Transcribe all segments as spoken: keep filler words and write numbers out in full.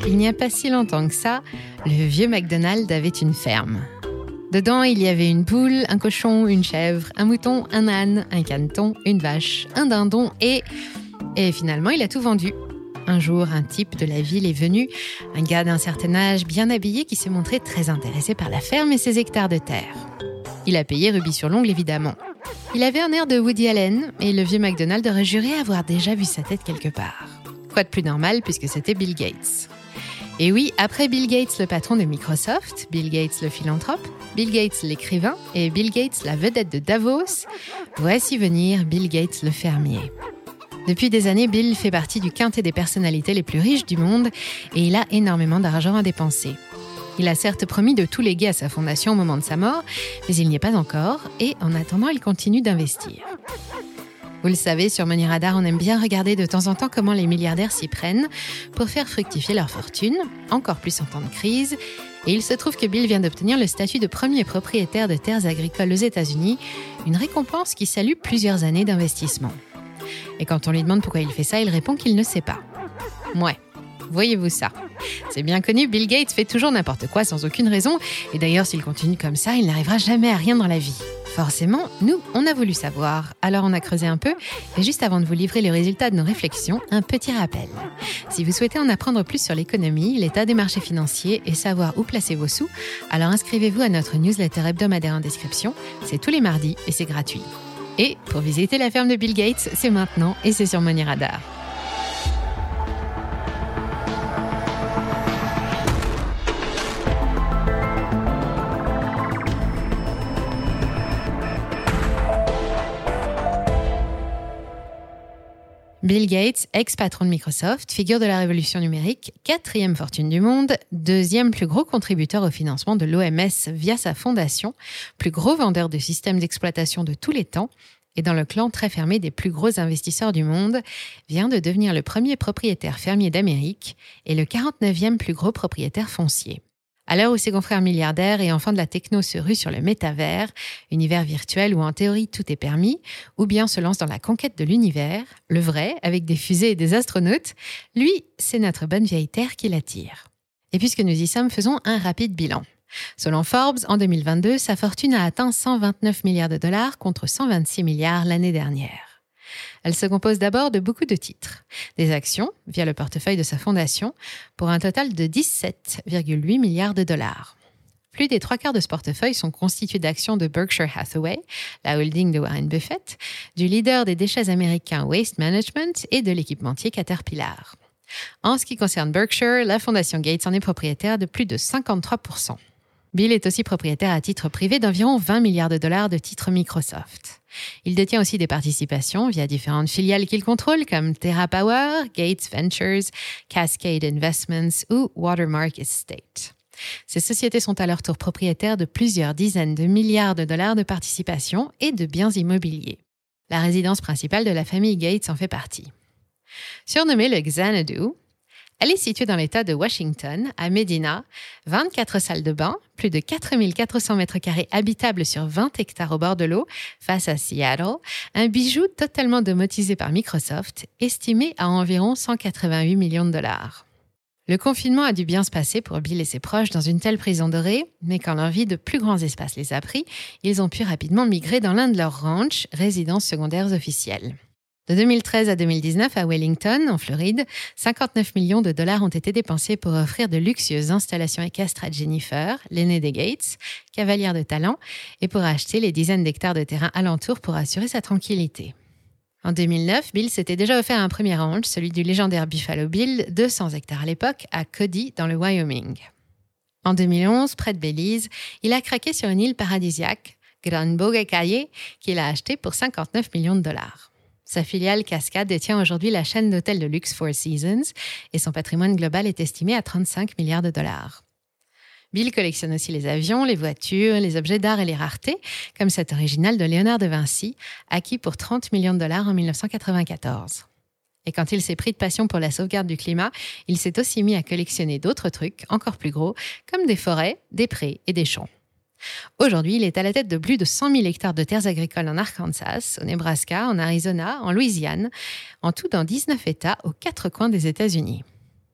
Il n'y a pas si longtemps que ça, le vieux McDonald avait une ferme. Dedans, il y avait une poule, un cochon, une chèvre, un mouton, un âne, un caneton, une vache, un dindon et... Et finalement, il a tout vendu. Un jour, un type de la ville est venu, un gars d'un certain âge, bien habillé, qui s'est montré très intéressé par la ferme et ses hectares de terre. Il a payé rubis sur l'ongle, évidemment. Il avait un air de Woody Allen et le vieux McDonald aurait juré avoir déjà vu sa tête quelque part. Quoi de plus normal puisque c'était Bill Gates. Et oui, après Bill Gates, le patron de Microsoft, Bill Gates, le philanthrope, Bill Gates, l'écrivain, et Bill Gates, la vedette de Davos, voici venir Bill Gates, le fermier. Depuis des années, Bill fait partie du quintet des personnalités les plus riches du monde et il a énormément d'argent à dépenser. Il a certes promis de tout léguer à sa fondation au moment de sa mort, mais il n'y est pas encore et en attendant, il continue d'investir. Vous le savez, sur Money Radar, on aime bien regarder de temps en temps comment les milliardaires s'y prennent pour faire fructifier leur fortune, encore plus en temps de crise. Et il se trouve que Bill vient d'obtenir le statut de premier propriétaire de terres agricoles aux États-Unis, une récompense qui salue plusieurs années d'investissement. Et quand on lui demande pourquoi il fait ça, il répond qu'il ne sait pas. Ouais, voyez-vous ça. C'est bien connu, Bill Gates fait toujours n'importe quoi sans aucune raison. Et d'ailleurs, s'il continue comme ça, il n'arrivera jamais à rien dans la vie. Forcément, nous, on a voulu savoir. Alors on a creusé un peu. Et juste avant de vous livrer le résultat de nos réflexions, un petit rappel. Si vous souhaitez en apprendre plus sur l'économie, l'état des marchés financiers et savoir où placer vos sous, alors inscrivez-vous à notre newsletter hebdomadaire en description. C'est tous les mardis et c'est gratuit. Et pour visiter la ferme de Bill Gates, c'est maintenant et c'est sur Money Radar. Bill Gates, ex-patron de Microsoft, figure de la révolution numérique, quatrième fortune du monde, deuxième plus gros contributeur au financement de l'O M S via sa fondation, plus gros vendeur de systèmes d'exploitation de tous les temps, et dans le clan très fermé des plus gros investisseurs du monde, vient de devenir le premier propriétaire fermier d'Amérique et le quarante-neuvième plus gros propriétaire foncier. À l'heure où ses confrères milliardaires et enfants de la techno se ruent sur le métavers, univers virtuel où en théorie tout est permis, ou bien se lancent dans la conquête de l'univers, le vrai, avec des fusées et des astronautes, lui, c'est notre bonne vieille Terre qui l'attire. Et puisque nous y sommes, faisons un rapide bilan. Selon Forbes, en deux mille vingt-deux, sa fortune a atteint cent vingt-neuf milliards de dollars contre cent vingt-six milliards l'année dernière. Elle se compose d'abord de beaucoup de titres, des actions, via le portefeuille de sa fondation, pour un total de dix-sept virgule huit milliards de dollars. Plus des trois quarts de ce portefeuille sont constitués d'actions de Berkshire Hathaway, la holding de Warren Buffett, du leader des déchets américains Waste Management et de l'équipementier Caterpillar. En ce qui concerne Berkshire, la fondation Gates en est propriétaire de plus de cinquante-trois pour cent. Bill est aussi propriétaire à titre privé d'environ vingt milliards de dollars de titres Microsoft. Il détient aussi des participations via différentes filiales qu'il contrôle comme TerraPower, Gates Ventures, Cascade Investments ou Watermark Estate. Ces sociétés sont à leur tour propriétaires de plusieurs dizaines de milliards de dollars de participations et de biens immobiliers. La résidence principale de la famille Gates en fait partie. Surnommée le Xanadu, elle est située dans l'État de Washington, à Medina, vingt-quatre salles de bain, plus de quatre mille quatre cents mètres carrés habitables sur vingt hectares au bord de l'eau, face à Seattle, un bijou totalement domotisé par Microsoft, estimé à environ cent quatre-vingt-huit millions de dollars. Le confinement a dû bien se passer pour Bill et ses proches dans une telle prison dorée, mais quand l'envie de plus grands espaces les a pris, ils ont pu rapidement migrer dans l'un de leurs ranchs, résidences secondaires officielles. De deux mille treize à deux mille dix-neuf, à Wellington, en Floride, cinquante-neuf millions de dollars ont été dépensés pour offrir de luxueuses installations équestres à Jennifer, l'aînée des Gates, cavalière de talent, et pour acheter les dizaines d'hectares de terrain alentour pour assurer sa tranquillité. En deux mille neuf, Bill s'était déjà offert un premier ranch, celui du légendaire Buffalo Bill, deux cents hectares à l'époque, à Cody, dans le Wyoming. En deux mille onze, près de Belize, il a craqué sur une île paradisiaque, Gran Bogue Calle, qu'il a achetée pour cinquante-neuf millions de dollars. Sa filiale Cascade détient aujourd'hui la chaîne d'hôtels de luxe Four Seasons et son patrimoine global est estimé à trente-cinq milliards de dollars. Bill collectionne aussi les avions, les voitures, les objets d'art et les raretés, comme cet original de Léonard de Vinci, acquis pour trente millions de dollars en dix-neuf cent quatre-vingt-quatorze. Et quand il s'est pris de passion pour la sauvegarde du climat, il s'est aussi mis à collectionner d'autres trucs encore plus gros, comme des forêts, des prés et des champs. Aujourd'hui, il est à la tête de plus de cent mille hectares de terres agricoles en Arkansas, au Nebraska, en Arizona, en Louisiane, en tout dans dix-neuf États aux quatre coins des États-Unis.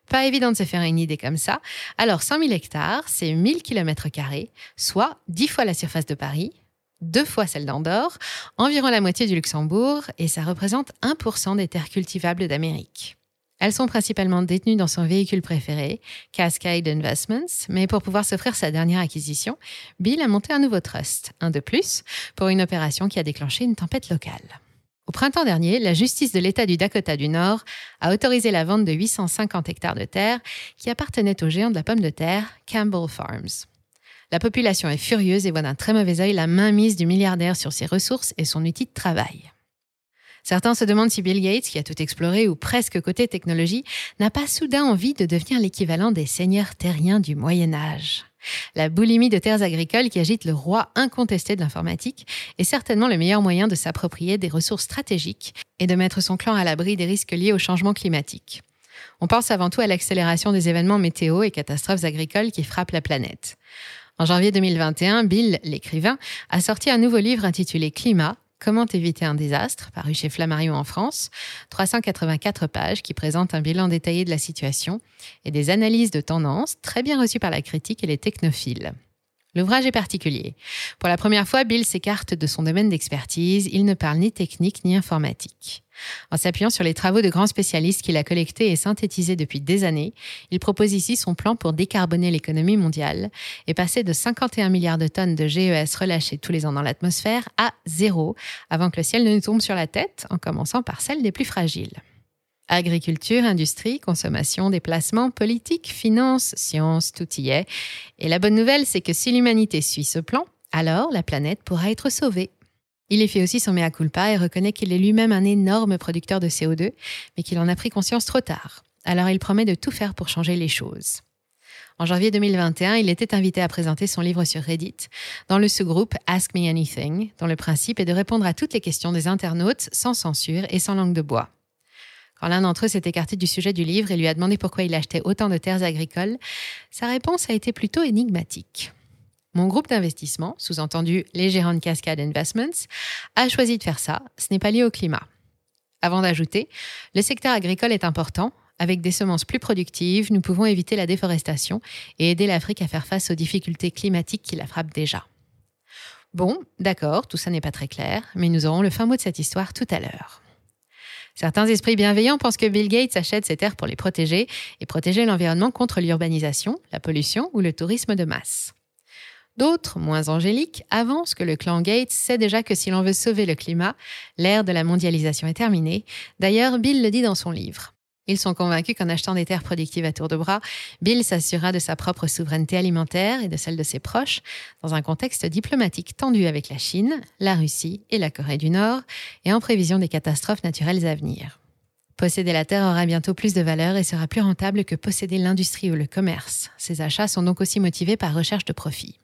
Pas évident de se faire une idée comme ça. Alors cent mille hectares, c'est mille kilomètres carrés, soit dix fois la surface de Paris, deux fois celle d'Andorre, environ la moitié du Luxembourg, et ça représente un pour cent des terres cultivables d'Amérique. Elles sont principalement détenues dans son véhicule préféré, Cascade Investments, mais pour pouvoir s'offrir sa dernière acquisition, Bill a monté un nouveau trust, un de plus, pour une opération qui a déclenché une tempête locale. Au printemps dernier, la justice de l'État du Dakota du Nord a autorisé la vente de huit cent cinquante hectares de terre qui appartenaient au géant de la pomme de terre, Campbell Farms. La population est furieuse et voit d'un très mauvais œil la mainmise du milliardaire sur ses ressources et son outil de travail. Certains se demandent si Bill Gates, qui a tout exploré ou presque côté technologie, n'a pas soudain envie de devenir l'équivalent des seigneurs terriens du Moyen-Âge. La boulimie de terres agricoles qui agite le roi incontesté de l'informatique est certainement le meilleur moyen de s'approprier des ressources stratégiques et de mettre son clan à l'abri des risques liés au changement climatique. On pense avant tout à l'accélération des événements météo et catastrophes agricoles qui frappent la planète. En janvier deux mille vingt et un, Bill, l'écrivain, a sorti un nouveau livre intitulé « Climat ». Comment éviter un désastre, paru chez Flammarion en France, trois cent quatre-vingt-quatre pages qui présentent un bilan détaillé de la situation et des analyses de tendances très bien reçues par la critique et les technophiles. L'ouvrage est particulier. Pour la première fois, Bill s'écarte de son domaine d'expertise, il ne parle ni technique ni informatique. En s'appuyant sur les travaux de grands spécialistes qu'il a collectés et synthétisés depuis des années, il propose ici son plan pour décarboner l'économie mondiale et passer de cinquante et un milliards de tonnes de G E S relâchées tous les ans dans l'atmosphère à zéro, avant que le ciel ne nous tombe sur la tête, en commençant par celle des plus fragiles. Agriculture, industrie, consommation, déplacement, politique, finance, science, tout y est. Et la bonne nouvelle, c'est que si l'humanité suit ce plan, alors la planète pourra être sauvée. Il y fait aussi son mea culpa et reconnaît qu'il est lui-même un énorme producteur de C O deux, mais qu'il en a pris conscience trop tard. Alors il promet de tout faire pour changer les choses. En janvier deux mille vingt et un, il était invité à présenter son livre sur Reddit, dans le sous-groupe Ask Me Anything, dont le principe est de répondre à toutes les questions des internautes sans censure et sans langue de bois. Quand l'un d'entre eux s'est écarté du sujet du livre et lui a demandé pourquoi il achetait autant de terres agricoles, sa réponse a été plutôt énigmatique. Mon groupe d'investissement, sous-entendu les gérants de Cascade Investments, a choisi de faire ça, ce n'est pas lié au climat. Avant d'ajouter, le secteur agricole est important. Avec des semences plus productives, nous pouvons éviter la déforestation et aider l'Afrique à faire face aux difficultés climatiques qui la frappent déjà. Bon, d'accord, tout ça n'est pas très clair, mais nous aurons le fin mot de cette histoire tout à l'heure. Certains esprits bienveillants pensent que Bill Gates achète ces terres pour les protéger et protéger l'environnement contre l'urbanisation, la pollution ou le tourisme de masse. D'autres, moins angéliques, avancent que le clan Gates sait déjà que si l'on veut sauver le climat, l'ère de la mondialisation est terminée. D'ailleurs, Bill le dit dans son livre. Ils sont convaincus qu'en achetant des terres productives à tour de bras, Bill s'assurera de sa propre souveraineté alimentaire et de celle de ses proches dans un contexte diplomatique tendu avec la Chine, la Russie et la Corée du Nord et en prévision des catastrophes naturelles à venir. Posséder la terre aura bientôt plus de valeur et sera plus rentable que posséder l'industrie ou le commerce. Ces achats sont donc aussi motivés par recherche de profit.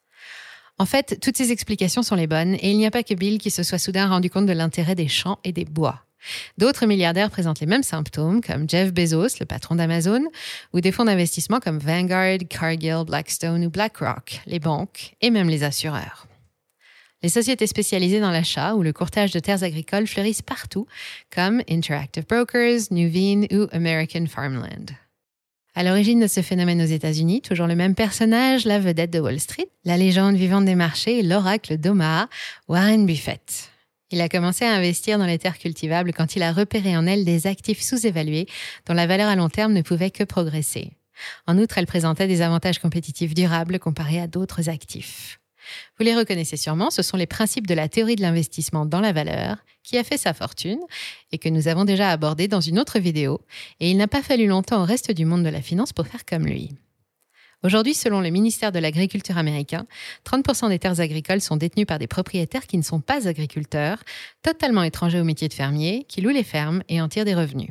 En fait, toutes ces explications sont les bonnes et il n'y a pas que Bill qui se soit soudain rendu compte de l'intérêt des champs et des bois. D'autres milliardaires présentent les mêmes symptômes, comme Jeff Bezos, le patron d'Amazon, ou des fonds d'investissement comme Vanguard, Cargill, Blackstone ou BlackRock, les banques et même les assureurs. Les sociétés spécialisées dans l'achat ou le courtage de terres agricoles fleurissent partout, comme Interactive Brokers, Nuveen ou American Farmland. À l'origine de ce phénomène aux États-Unis, toujours le même personnage, la vedette de Wall Street, la légende vivante des marchés et l'oracle d'Omaha, Warren Buffett. Il a commencé à investir dans les terres cultivables quand il a repéré en elles des actifs sous-évalués dont la valeur à long terme ne pouvait que progresser. En outre, elles présentaient des avantages compétitifs durables comparés à d'autres actifs. Vous les reconnaissez sûrement, ce sont les principes de la théorie de l'investissement dans la valeur qui a fait sa fortune et que nous avons déjà abordé dans une autre vidéo, et il n'a pas fallu longtemps au reste du monde de la finance pour faire comme lui. Aujourd'hui, selon le ministère de l'Agriculture américain, trente pour cent des terres agricoles sont détenues par des propriétaires qui ne sont pas agriculteurs, totalement étrangers au métier de fermier, qui louent les fermes et en tirent des revenus.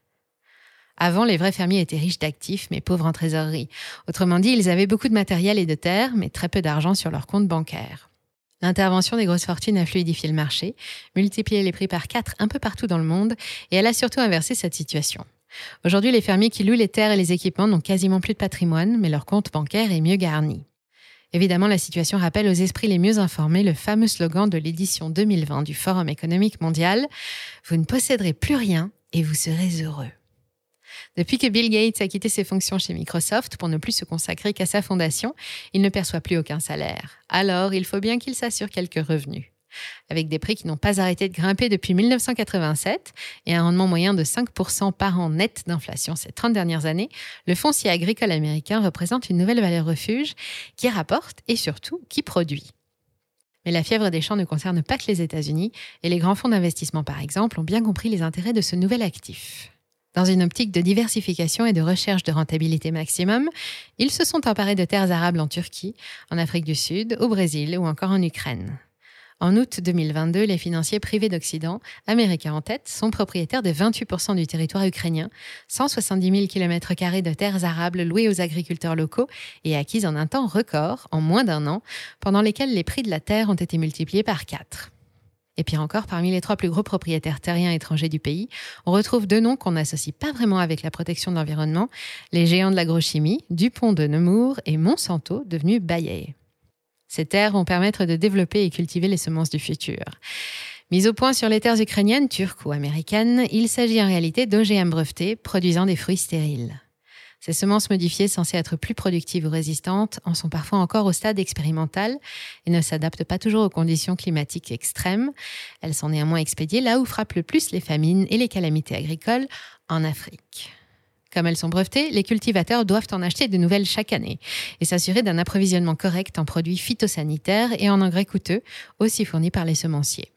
Avant, les vrais fermiers étaient riches d'actifs, mais pauvres en trésorerie. Autrement dit, ils avaient beaucoup de matériel et de terres, mais très peu d'argent sur leur compte bancaire. L'intervention des grosses fortunes a fluidifié le marché, multiplié les prix par quatre un peu partout dans le monde, et elle a surtout inversé cette situation. Aujourd'hui, les fermiers qui louent les terres et les équipements n'ont quasiment plus de patrimoine, mais leur compte bancaire est mieux garni. Évidemment, la situation rappelle aux esprits les mieux informés le fameux slogan de l'édition deux mille vingt du Forum économique mondial « Vous ne posséderez plus rien et vous serez heureux ». Depuis que Bill Gates a quitté ses fonctions chez Microsoft pour ne plus se consacrer qu'à sa fondation, il ne perçoit plus aucun salaire. Alors, il faut bien qu'il s'assure quelques revenus. Avec des prix qui n'ont pas arrêté de grimper depuis mille neuf cent quatre-vingt-sept et un rendement moyen de cinq pour cent par an net d'inflation ces trente dernières années, le foncier agricole américain représente une nouvelle valeur refuge qui rapporte et surtout qui produit. Mais la fièvre des champs ne concerne pas que les États-Unis et les grands fonds d'investissement, par exemple, ont bien compris les intérêts de ce nouvel actif. Dans une optique de diversification et de recherche de rentabilité maximum, ils se sont emparés de terres arables en Turquie, en Afrique du Sud, au Brésil ou encore en Ukraine. En août deux mille vingt-deux, les financiers privés d'Occident, américains en tête, sont propriétaires de vingt-huit pour cent du territoire ukrainien, cent soixante-dix mille kilomètres carrés de terres arables louées aux agriculteurs locaux et acquises en un temps record, en moins d'un an, pendant lesquels les prix de la terre ont été multipliés par quatre. Et pire encore, parmi les trois plus gros propriétaires terriens étrangers du pays, on retrouve deux noms qu'on n'associe pas vraiment avec la protection de l'environnement, les géants de l'agrochimie, DuPont de Nemours et Monsanto, devenus Bayer. Ces terres vont permettre de développer et cultiver les semences du futur. Mis au point sur les terres ukrainiennes, turques ou américaines, il s'agit en réalité d'O G M brevetés produisant des fruits stériles. Ces semences modifiées censées être plus productives ou résistantes en sont parfois encore au stade expérimental et ne s'adaptent pas toujours aux conditions climatiques extrêmes. Elles sont néanmoins expédiées là où frappent le plus les famines et les calamités agricoles, en Afrique. Comme elles sont brevetées, les cultivateurs doivent en acheter de nouvelles chaque année et s'assurer d'un approvisionnement correct en produits phytosanitaires et en engrais coûteux, aussi fournis par les semenciers.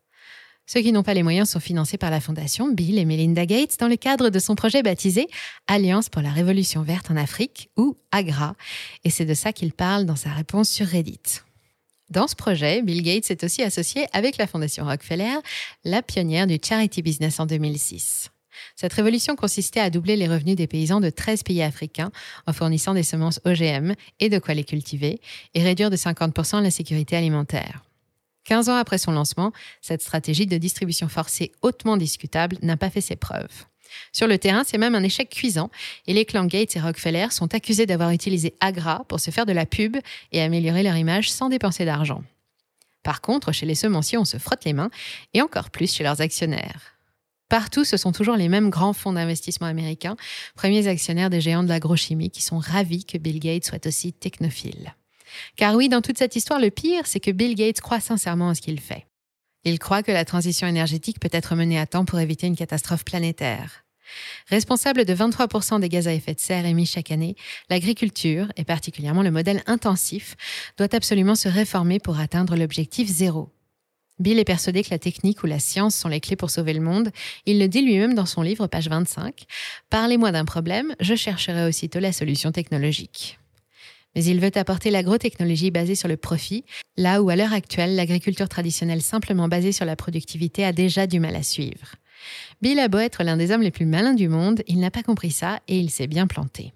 Ceux qui n'ont pas les moyens sont financés par la fondation Bill et Melinda Gates dans le cadre de son projet baptisé Alliance pour la Révolution verte en Afrique, ou AGRA, et c'est de ça qu'il parle dans sa réponse sur Reddit. Dans ce projet, Bill Gates est aussi associé avec la fondation Rockefeller, la pionnière du charity business en deux mille six. Cette révolution consistait à doubler les revenus des paysans de treize pays africains en fournissant des semences O G M et de quoi les cultiver et réduire de cinquante pour cent la sécurité alimentaire. quinze ans après son lancement, cette stratégie de distribution forcée hautement discutable n'a pas fait ses preuves. Sur le terrain, c'est même un échec cuisant et les clans Gates et Rockefeller sont accusés d'avoir utilisé AGRA pour se faire de la pub et améliorer leur image sans dépenser d'argent. Par contre, chez les semenciers, on se frotte les mains et encore plus chez leurs actionnaires. Partout, ce sont toujours les mêmes grands fonds d'investissement américains, premiers actionnaires des géants de l'agrochimie, qui sont ravis que Bill Gates soit aussi technophile. Car oui, dans toute cette histoire, le pire, c'est que Bill Gates croit sincèrement en ce qu'il fait. Il croit que la transition énergétique peut être menée à temps pour éviter une catastrophe planétaire. Responsable de vingt-trois pour cent des gaz à effet de serre émis chaque année, l'agriculture, et particulièrement le modèle intensif, doit absolument se réformer pour atteindre l'objectif zéro. Bill est persuadé que la technique ou la science sont les clés pour sauver le monde. Il le dit lui-même dans son livre, page vingt-cinq. « Parlez-moi d'un problème, je chercherai aussitôt la solution technologique. » Mais il veut apporter l'agrotechnologie basée sur le profit, là où à l'heure actuelle, l'agriculture traditionnelle simplement basée sur la productivité a déjà du mal à suivre. Bill a beau être l'un des hommes les plus malins du monde, il n'a pas compris ça et il s'est bien planté.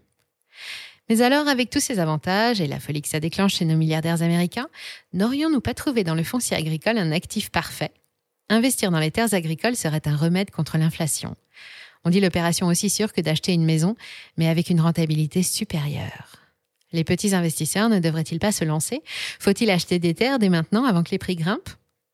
Mais alors, avec tous ces avantages et la folie que ça déclenche chez nos milliardaires américains, n'aurions-nous pas trouvé dans le foncier agricole un actif parfait ? Investir dans les terres agricoles serait un remède contre l'inflation. On dit l'opération aussi sûre que d'acheter une maison, mais avec une rentabilité supérieure. Les petits investisseurs ne devraient-ils pas se lancer ? Faut-il acheter des terres dès maintenant avant que les prix grimpent ?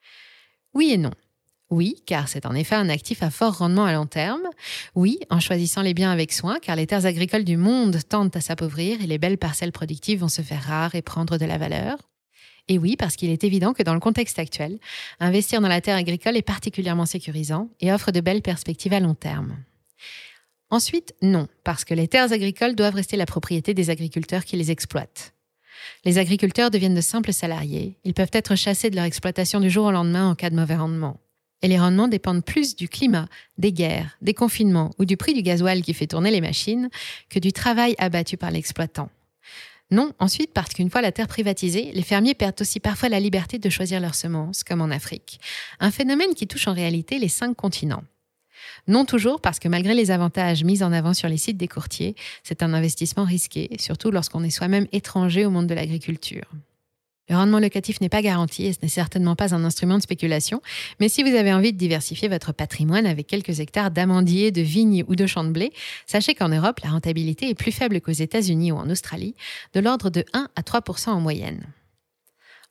Oui et non. Oui, car c'est en effet un actif à fort rendement à long terme. Oui, en choisissant les biens avec soin, car les terres agricoles du monde tendent à s'appauvrir et les belles parcelles productives vont se faire rares et prendre de la valeur. Et oui, parce qu'il est évident que dans le contexte actuel, investir dans la terre agricole est particulièrement sécurisant et offre de belles perspectives à long terme. Ensuite, non, parce que les terres agricoles doivent rester la propriété des agriculteurs qui les exploitent. Les agriculteurs deviennent de simples salariés. Ils peuvent être chassés de leur exploitation du jour au lendemain en cas de mauvais rendement. Et les rendements dépendent plus du climat, des guerres, des confinements ou du prix du gasoil qui fait tourner les machines que du travail abattu par l'exploitant. Non, ensuite, parce qu'une fois la terre privatisée, les fermiers perdent aussi parfois la liberté de choisir leurs semences, comme en Afrique. Un phénomène qui touche en réalité les cinq continents. Non toujours parce que malgré les avantages mis en avant sur les sites des courtiers, c'est un investissement risqué, surtout lorsqu'on est soi-même étranger au monde de l'agriculture. Le rendement locatif n'est pas garanti et ce n'est certainement pas un instrument de spéculation, mais si vous avez envie de diversifier votre patrimoine avec quelques hectares d'amandiers, de vignes ou de champs de blé, sachez qu'en Europe, la rentabilité est plus faible qu'aux États-Unis ou en Australie, de l'ordre de un à trois pour cent en moyenne.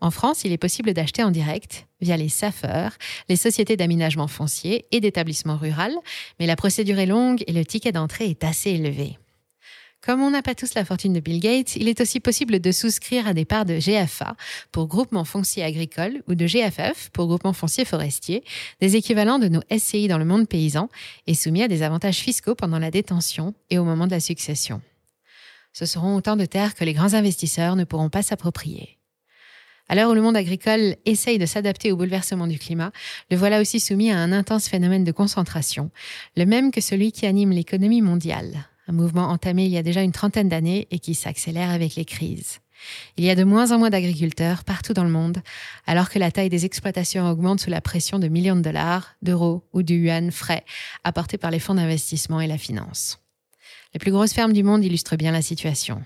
En France, il est possible d'acheter en direct via les S A F E R, les sociétés d'aménagement foncier et d'établissement rural, mais la procédure est longue et le ticket d'entrée est assez élevé. Comme on n'a pas tous la fortune de Bill Gates, il est aussi possible de souscrire à des parts de G F A pour groupement foncier agricole ou de G F F pour groupement foncier forestier, des équivalents de nos S C I dans le monde paysan et soumis à des avantages fiscaux pendant la détention et au moment de la succession. Ce seront autant de terres que les grands investisseurs ne pourront pas s'approprier. À l'heure où le monde agricole essaye de s'adapter au bouleversement du climat, le voilà aussi soumis à un intense phénomène de concentration, le même que celui qui anime l'économie mondiale. Un mouvement entamé il y a déjà une trentaine d'années et qui s'accélère avec les crises. Il y a de moins en moins d'agriculteurs partout dans le monde, alors que la taille des exploitations augmente sous la pression de millions de dollars, d'euros ou de yuan frais apportés par les fonds d'investissement et la finance. Les plus grosses fermes du monde illustrent bien la situation.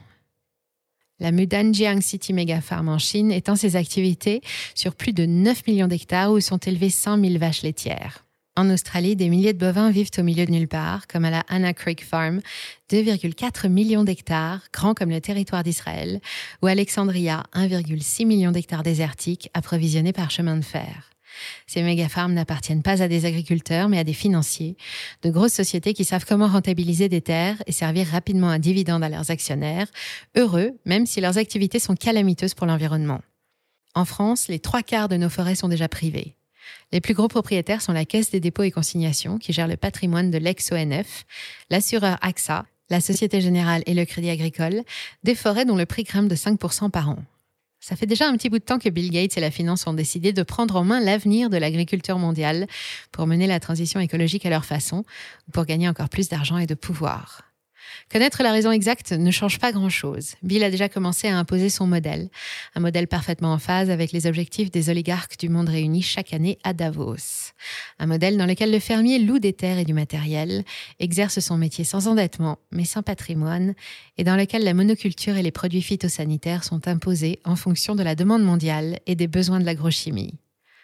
La Mudanjiang City Mega Farm en Chine étend ses activités sur plus de neuf millions d'hectares où sont élevées cent mille vaches laitières. En Australie, des milliers de bovins vivent au milieu de nulle part, comme à la Anna Creek Farm, deux virgule quatre millions d'hectares, grands comme le territoire d'Israël, ou Alexandria, un virgule six million d'hectares désertiques, approvisionnés par chemin de fer. Ces méga-farms n'appartiennent pas à des agriculteurs, mais à des financiers, de grosses sociétés qui savent comment rentabiliser des terres et servir rapidement un dividende à leurs actionnaires, heureux, même si leurs activités sont calamiteuses pour l'environnement. En France, les trois quarts de nos forêts sont déjà privées. Les plus gros propriétaires sont la Caisse des dépôts et consignations, qui gère le patrimoine de l'ex-O N F, l'assureur A X A, la Société Générale et le Crédit Agricole, des forêts dont le prix grimpe de cinq pour cent par an. Ça fait déjà un petit bout de temps que Bill Gates et la finance ont décidé de prendre en main l'avenir de l'agriculture mondiale pour mener la transition écologique à leur façon, ou pour gagner encore plus d'argent et de pouvoir. Connaître la raison exacte ne change pas grand-chose. Bill a déjà commencé à imposer son modèle, un modèle parfaitement en phase avec les objectifs des oligarques du monde réunis chaque année à Davos. Un modèle dans lequel le fermier loue des terres et du matériel, exerce son métier sans endettement, mais sans patrimoine, et dans lequel la monoculture et les produits phytosanitaires sont imposés en fonction de la demande mondiale et des besoins de l'agrochimie.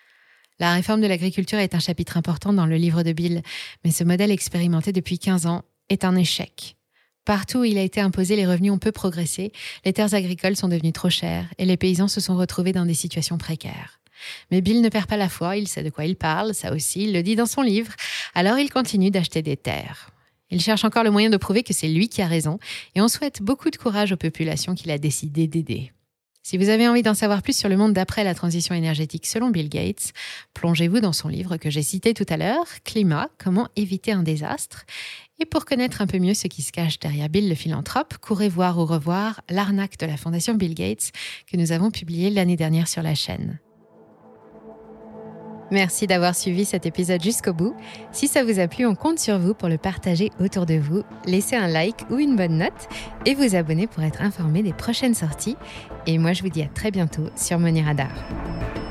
La réforme de l'agriculture est un chapitre important dans le livre de Bill, mais ce modèle expérimenté depuis quinze ans est un échec. Partout où il a été imposé, les revenus ont peu progressé, les terres agricoles sont devenues trop chères et les paysans se sont retrouvés dans des situations précaires. Mais Bill ne perd pas la foi, il sait de quoi il parle, ça aussi, il le dit dans son livre, alors il continue d'acheter des terres. Il cherche encore le moyen de prouver que c'est lui qui a raison et on souhaite beaucoup de courage aux populations qu'il a décidé d'aider. Si vous avez envie d'en savoir plus sur le monde d'après la transition énergétique selon Bill Gates, plongez-vous dans son livre que j'ai cité tout à l'heure, Climat, comment éviter un désastre. Et pour connaître un peu mieux ce qui se cache derrière Bill le philanthrope, courez voir ou revoir L'arnaque de la Fondation Bill Gates que nous avons publié l'année dernière sur la chaîne. Merci d'avoir suivi cet épisode jusqu'au bout. Si ça vous a plu, on compte sur vous pour le partager autour de vous, laisser un like ou une bonne note et vous abonner pour être informé des prochaines sorties. Et moi, je vous dis à très bientôt sur Money Radar.